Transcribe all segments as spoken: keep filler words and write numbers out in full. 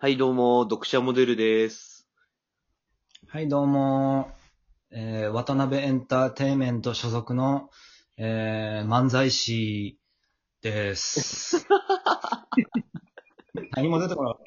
はい、どうも、読者モデルです。 はい、どうも、えー、渡辺エンターテイメント所属の、えー、漫才師です。何も出てこなかった。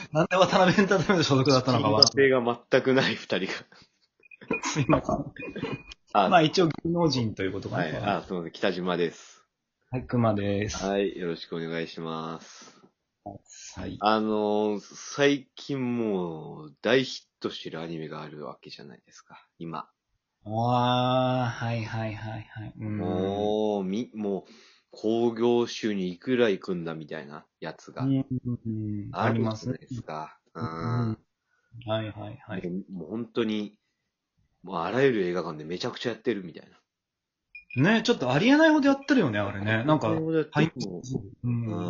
なんで渡辺エンターテイメント所属だったのかは。 親和性が全くない二人が。 すいません。 あ、 まあ一応芸能人ということかな。 はい、あ、そうね、北島です。 はい、熊です。 はい、よろしくお願いします。 はい。 あのー、最近もう大ヒットしてるアニメがあるわけじゃないですか、今。 あー、はいはいはいはい。うーん。 もう、み、もう、興行収入いくらいくんだみたいなやつがうん、 あありますね。 るじゃないですか。ううん、 ん。 はいはいはい。 もう、もう本当に、もうあらゆる映画館でめちゃくちゃやってるみたいな。 ね、ちょっとありえないほどやってるよね、あれね。なんか、 やってはい。 るの。 うん。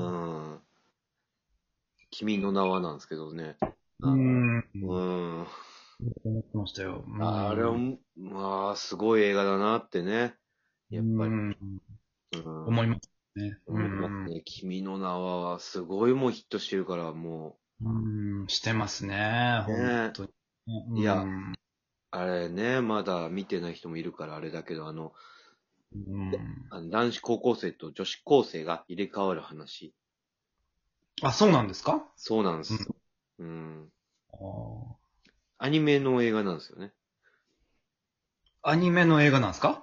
うん。君の名はなんですけどね。 うあん。 うん。 思ってましたよ。うあれは、 ん。 まあ、すごい映画だなってね。 うやっぱり。 ん。 うん。 思いますね。う思いますん。 ね。君の名は、すごいもうヒットしてるから、もうん。してますね。 う。 本ね当に。 いや、 うん。 あれね、まだ見てない人もいるからあれだけど、あの、 うん。 あの男子高校生と女子高生が入れ替わる話。 あ、そうなんですか？ そうなんでうん。 す。うん。 あーアニメの映画なんですよね。 アニメの映画なんですか？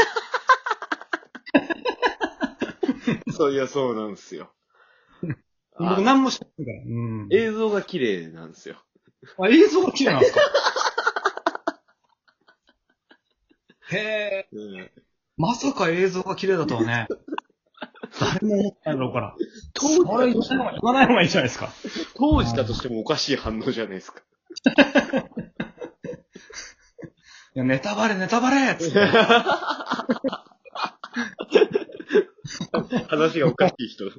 そういや、そうなんですよ。あ、 僕何も知らないから。うん。 映像が綺麗なんですよ。 あ、映像が綺麗なんですか？へえ。 うん。 まさか映像が綺麗だとはね。誰も思ってないだろうから。 当それ時だとしても、 言わない方が言わない方がいいじゃないですか。 当時だとしてもおかしい反応じゃないですか。 いや、ネタバレ、ネタバレっつって。 話がおかしい人。い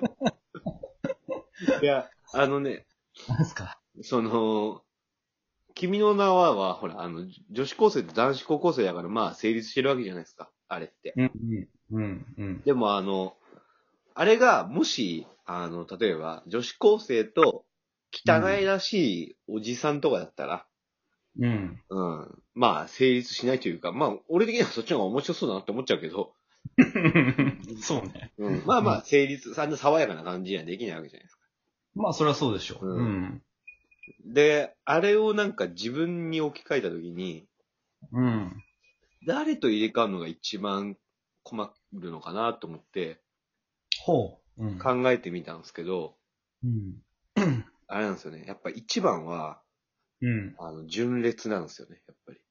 や、あのね、 なんすか？ その、君の名はは、ほら、あの、女子高生と男子高校生だから、まあ、成立してるわけじゃないですか。あれって。 うん、うん、うん、うん。 でも、あの、あれが、もし、あの、例えば、女子高生と汚いらしいおじさんとかだったら、 うん。 うん。まあ、成立しないというか、まあ、俺的にはそっちの方が面白そうだなって思っちゃうけど、 そうね。 うん。まあまあ、 うん。 成立、あんな爽やかな感じにはできないわけじゃないですか。 まあ、それはそうでしょう。 うん。 うん。 で、あれをなんか自分に置き換えたときに、 うん。 誰と入れ替わるのが一番困るのかなと思ってほう。うん。 考えてみたんですけど、 うん。 あれなんですよね。やっぱ一番は、 うん。 あの、純烈なんですよね、やっぱり。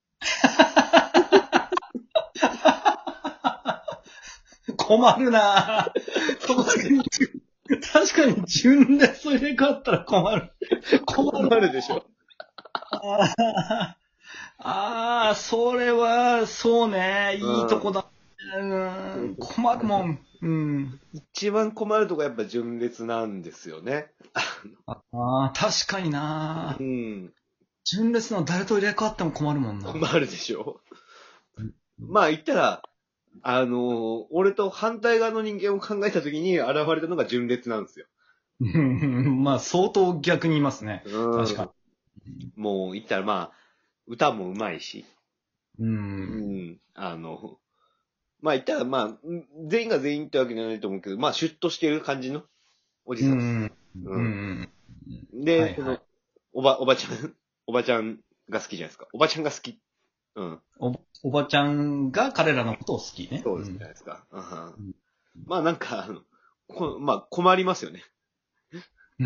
困るなぁ。確かに、確かに純烈入れ替わったら困る。困困る。 るでしょ。 あーあー、それは、そうね。いいとこうだ。うん。困るもん。うん。 ん。一番困るとこやっぱ純烈なんですよね。 ああ、確かにうな。 ん。 純烈の誰と入れ替わっても困るもんな。 困るでしょ。 うん。 まあ言ったら、あの俺と反対側の人間を考えたときに現れたのが純烈なんですよ。 うんまあ、相当逆にいますね。 うん。 確かもう言ったらまあ、歌もうまいし、 に。う。 うんん。あの、まあ言ったらまあ、全員が全員ってわけじゃないと思うけど、まあシュッとしてる感じのおじさん。 うん。ううん。 ん。で、その、 はいはい。 おば、おばちゃん、おばちゃんが好きじゃないですか。おばちゃんが好き。うん。 お、おばちゃんが彼らのことを好きね。 そうですじゃないですか。うんまあなんか、あの、こまあ困りますよね。 うん。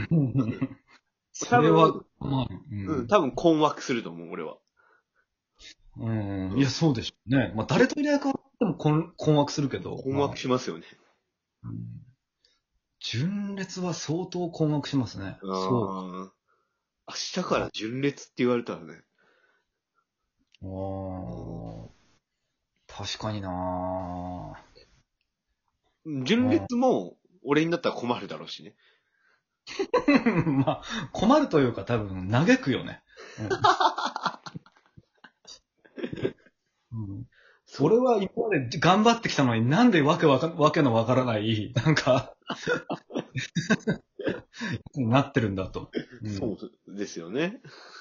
それは、 多分、 まあ、 うん、多分困惑すると思う、俺は。 うん。うん。いや、 うん。 そうでしょうね。まあ、誰と入れ替わっても困困惑するけど、 困惑まあ、 しますよね。 うん、純烈は相当困惑しますね。そうか。 ああ。明日から純烈って言われたらね。 あうあ、確かになん純ぁ。 烈も、俺になったら困るだろうしね。 まあ、困るというか多分嘆くよね。うん。うん、 そう。 俺は今まで頑張ってきたのになんでわけわか、わけのわからない、なんか、なってるんだと。 うん、 そうですよね。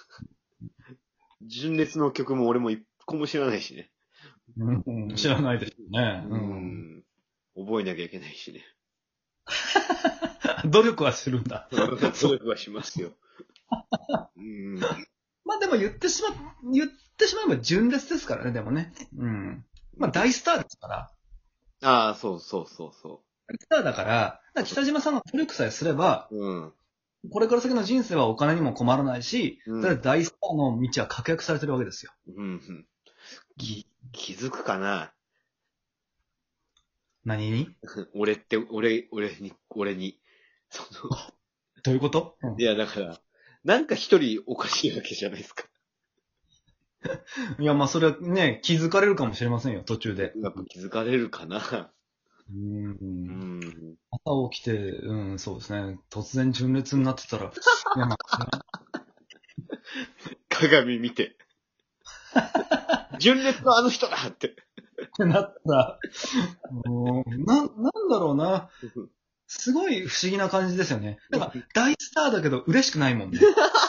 純烈の曲も俺も一個も知らないしね。 うんうん、知らないですよね。 ううんん。覚えなきゃいけないしね。 努力はするんだ。 努力はしますよ。うん。 まあでも言ってしま、言ってしまえば純烈ですからね、でもね。うん。まあ大スターですから。 ああ、そうそうそうそ大スターだから、だから北島さんが努力さえすれば、 う。うん。 これから先の人生はお金にも困らないし、 うんそれは大スターの道は確約されてるわけですよ。 うんうん。き、気づくかな何に俺って、俺、俺に、俺に。その、 どういうこと、うんいや、だから、なんか一人おかしいわけじゃないですか。 いや、まあそれはね、気づかれるかもしれませんよ、途中で。 やっぱ気づかれるかな。 うんう。ん。 朝起きて、うん、そうですね。突然純烈になってたら、いや、まあ、 鏡見て。純烈のあの人だって。 ってなったら、うんな、なんだろうな。すごい不思議な感じですよね。なんか、大スターだけど嬉しくないもんね。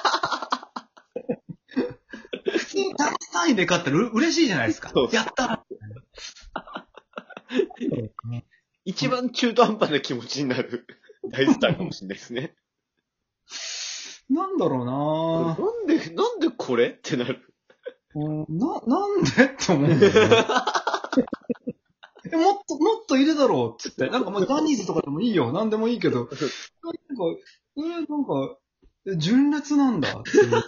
普通、大スターにでかったらう嬉しいじゃないですかそう。 やった一番中途半端な気持ちになる大スターかもしれないですね。 なんだろうななんで、なんでこれってなる。 うんな、なんでって思うんだよね。えもっと、もっといるだろうっつって。なんかもうジャニーズとかでもいいよ。なんでもいいけど。なんか、えー、なんか、え純烈なんだっていう。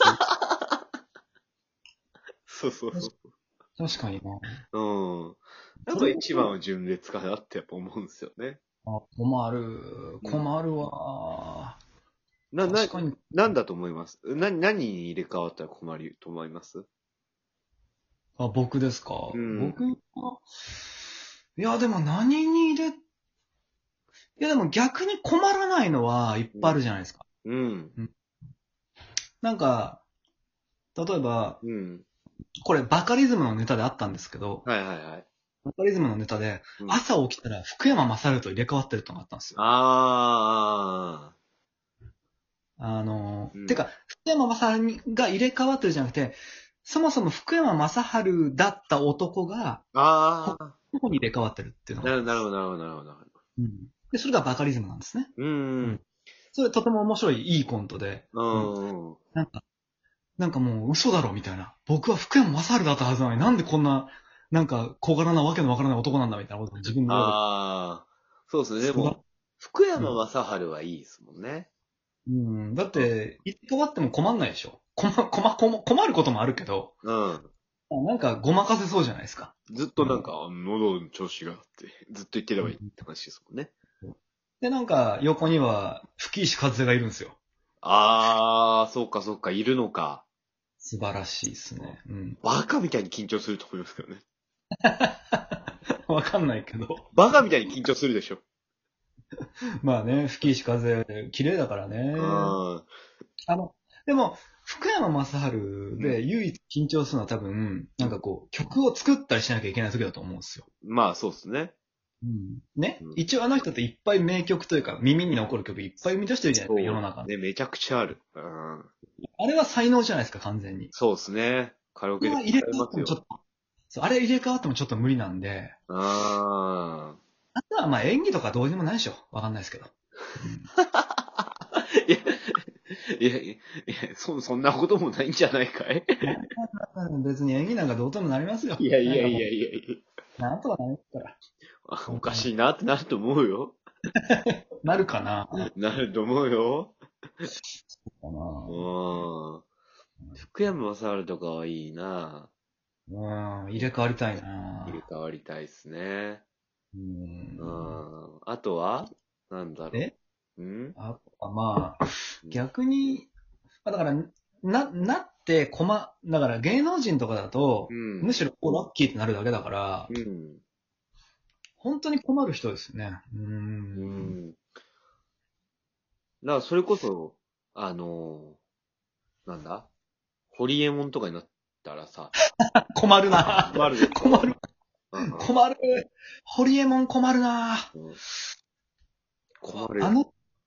そうそうそう。 確かにな。 うん。やっぱ一番は純烈かなってやっぱ思うんですよね。 あ、困る。困るわ。 な、な確、かに。 なんだと思いますな、何に入れ替わったら困ると思いますあ、僕ですか。 うん僕は、いや、でも何に入れ、いや、でも逆に困らないのはいっぱいあるじゃないですか。 うん。 なんか、例えば、 うん。 これバカリズムのネタであったんですけど、 はいはいはい。 バカリズムのネタで、 うん朝起きたら福山雅治と入れ替わってるとのがあったんですよ。 ああの、 うんてか、福山雅治が入れ替わってるじゃなくて、そもそも福山雅治だった男が、 あ。ああ。 ここに入れ替わってるっていうのがなあったんです。 るほどなるほどなるほどなるほど。 うんで、それがバカリズムなんですね。 うん。うん。 それとても面白い、いいコントで、 うん。 なんか、なんかもう嘘だろみたいな。僕は福山雅治だったはずなのになんでこんな、なんか小柄なわけのわからない男なんだみたいなことを自分で言われて。 ああ。そうですね。でそうだも、福山雅治はいいですもんね。 うん、だって、入れ替わっても困んないでしょ。困、困、困困ることもあるけど、 うん。 なんかごまかせそうじゃないですか。 ずっとなんか、喉の調子があって、ずっと言ってればいいって話ですもんね。 で、なんか横には吹石和恵がいるんですよ。 ああ、そうかそうか、いるのか。 素晴らしいですね。うん。 バカみたいに緊張すると思いますけどね。 わかんないけど。 バカみたいに緊張するでしょ。 まあね、吹石和恵、綺麗だからね。 うん。 あの、でも、福山雅治で唯一緊張するのは多分、なんかこう、曲を作ったりしなきゃいけない時だと思うんですよ。 まあ、そうですね。 うん。ね、 うん一応あの人っていっぱい名曲というか、耳に残る曲いっぱい生み出してるじゃないですか、世の中に。 ね、めちゃくちゃある。うん。 あれは才能じゃないですか、完全に。 そうですね。カラオケであれは入れ歌えますよ替わってもちょっ。と、そう、あれ入れ替わってもちょっと無理なんで、 ああとはまあ演技とかどうにでもないでしょ。わかんないですけど。 あ。いや、いや、いや、そ、そんなこともないんじゃないかいうん別に演技なんかどうともなりますよ。 いやいやいやなんかもいやいや。 うなんとかなりますから。 あおかしいなってなると思うよ。 なるかな。 なると思うよ。 かなうん。福山雅治とかはいいなうん、入れ替わりたいな入れ替わりたいっすね。 うんう。ん。あとはなんだろう。 えうんあとはまあ、逆に、まあだから、な、なって困、だから芸能人とかだと、 うん。 むしろおラッキーってなるだけだから、 うん。 本当に困る人ですね。う。 うんん。だからそれこそ、あのー、なんだホリエモンとかになったらさ、 困るな困るでしょ困る。 うん困る。ホリエモン困るなうん困る。 あの、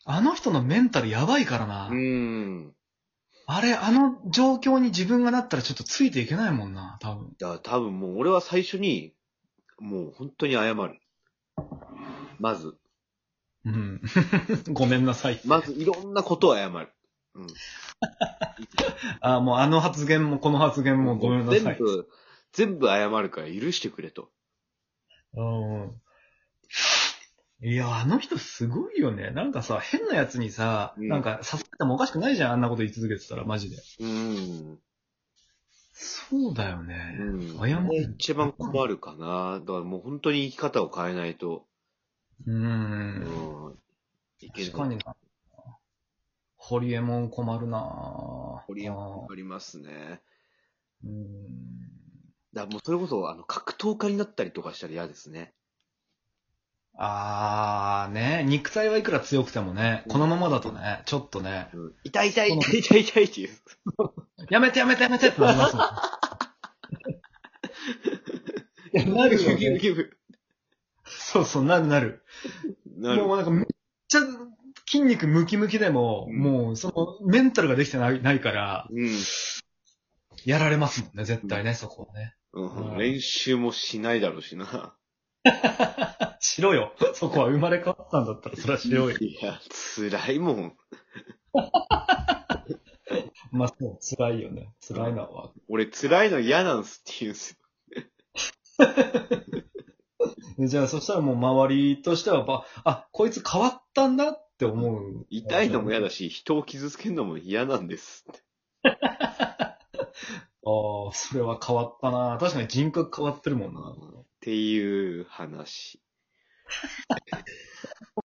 あの人のメンタルやばいからな。 うーん。 あれ、あの状況に自分がなったらちょっとついていけないもんな、多分。 だから多分もう俺は最初に、もう本当に謝る。まず。 うん。ごめんなさい。 まずいろんなことを謝る。うん。 あ、もうあの発言もこの発言もごめんなさい。 全部、全部謝るから許してくれと。 うん。いや、あの人すごいよね。なんかさ、変なやつにさ、 うんなんか刺されてもおかしくないじゃん、あんなこと言い続けてたら、マジで。 うーん。 そうだよね。 うん。 謝る。 一番困るかな。だからもう本当に生き方を変えないと。 うー。 うんん。いけない。 確かにな。ホリエモン困るなぁ。 ホリエモンあーありますね。 うーん。 だからもうそれこそ、あの、格闘家になったりとかしたら嫌ですね。 あーね、肉体はいくら強くてもね、このままだとね、ちょっとね、 うん。痛い痛い痛い痛い痛いっていう。 やめてやめてやめてってなりますもん。いや、なるよね。 ギブギブそうそう、なるなる。 なる。 もうなんかめっちゃ筋肉ムキムキでも、 うんもうそのメンタルができてないないから、 うん。 やられますもんね、絶対ね、そこはね。 うんうん練習もしないだろうしな。 しろよ。そこは生まれ変わったんだったら、それはしろよ。 いや、辛いもん。 まあ、そう、辛いよね。辛いのは。 俺辛いの嫌なんすって言うんすよ。 じゃあ、そしたらもう周りとしては、ば、あ、こいつ変わったんだって思う。 痛いのも嫌だし、人を傷つけるのも嫌なんですって。 ああ、それは変わったな。確かに人格変わってるもんな。 っていう話。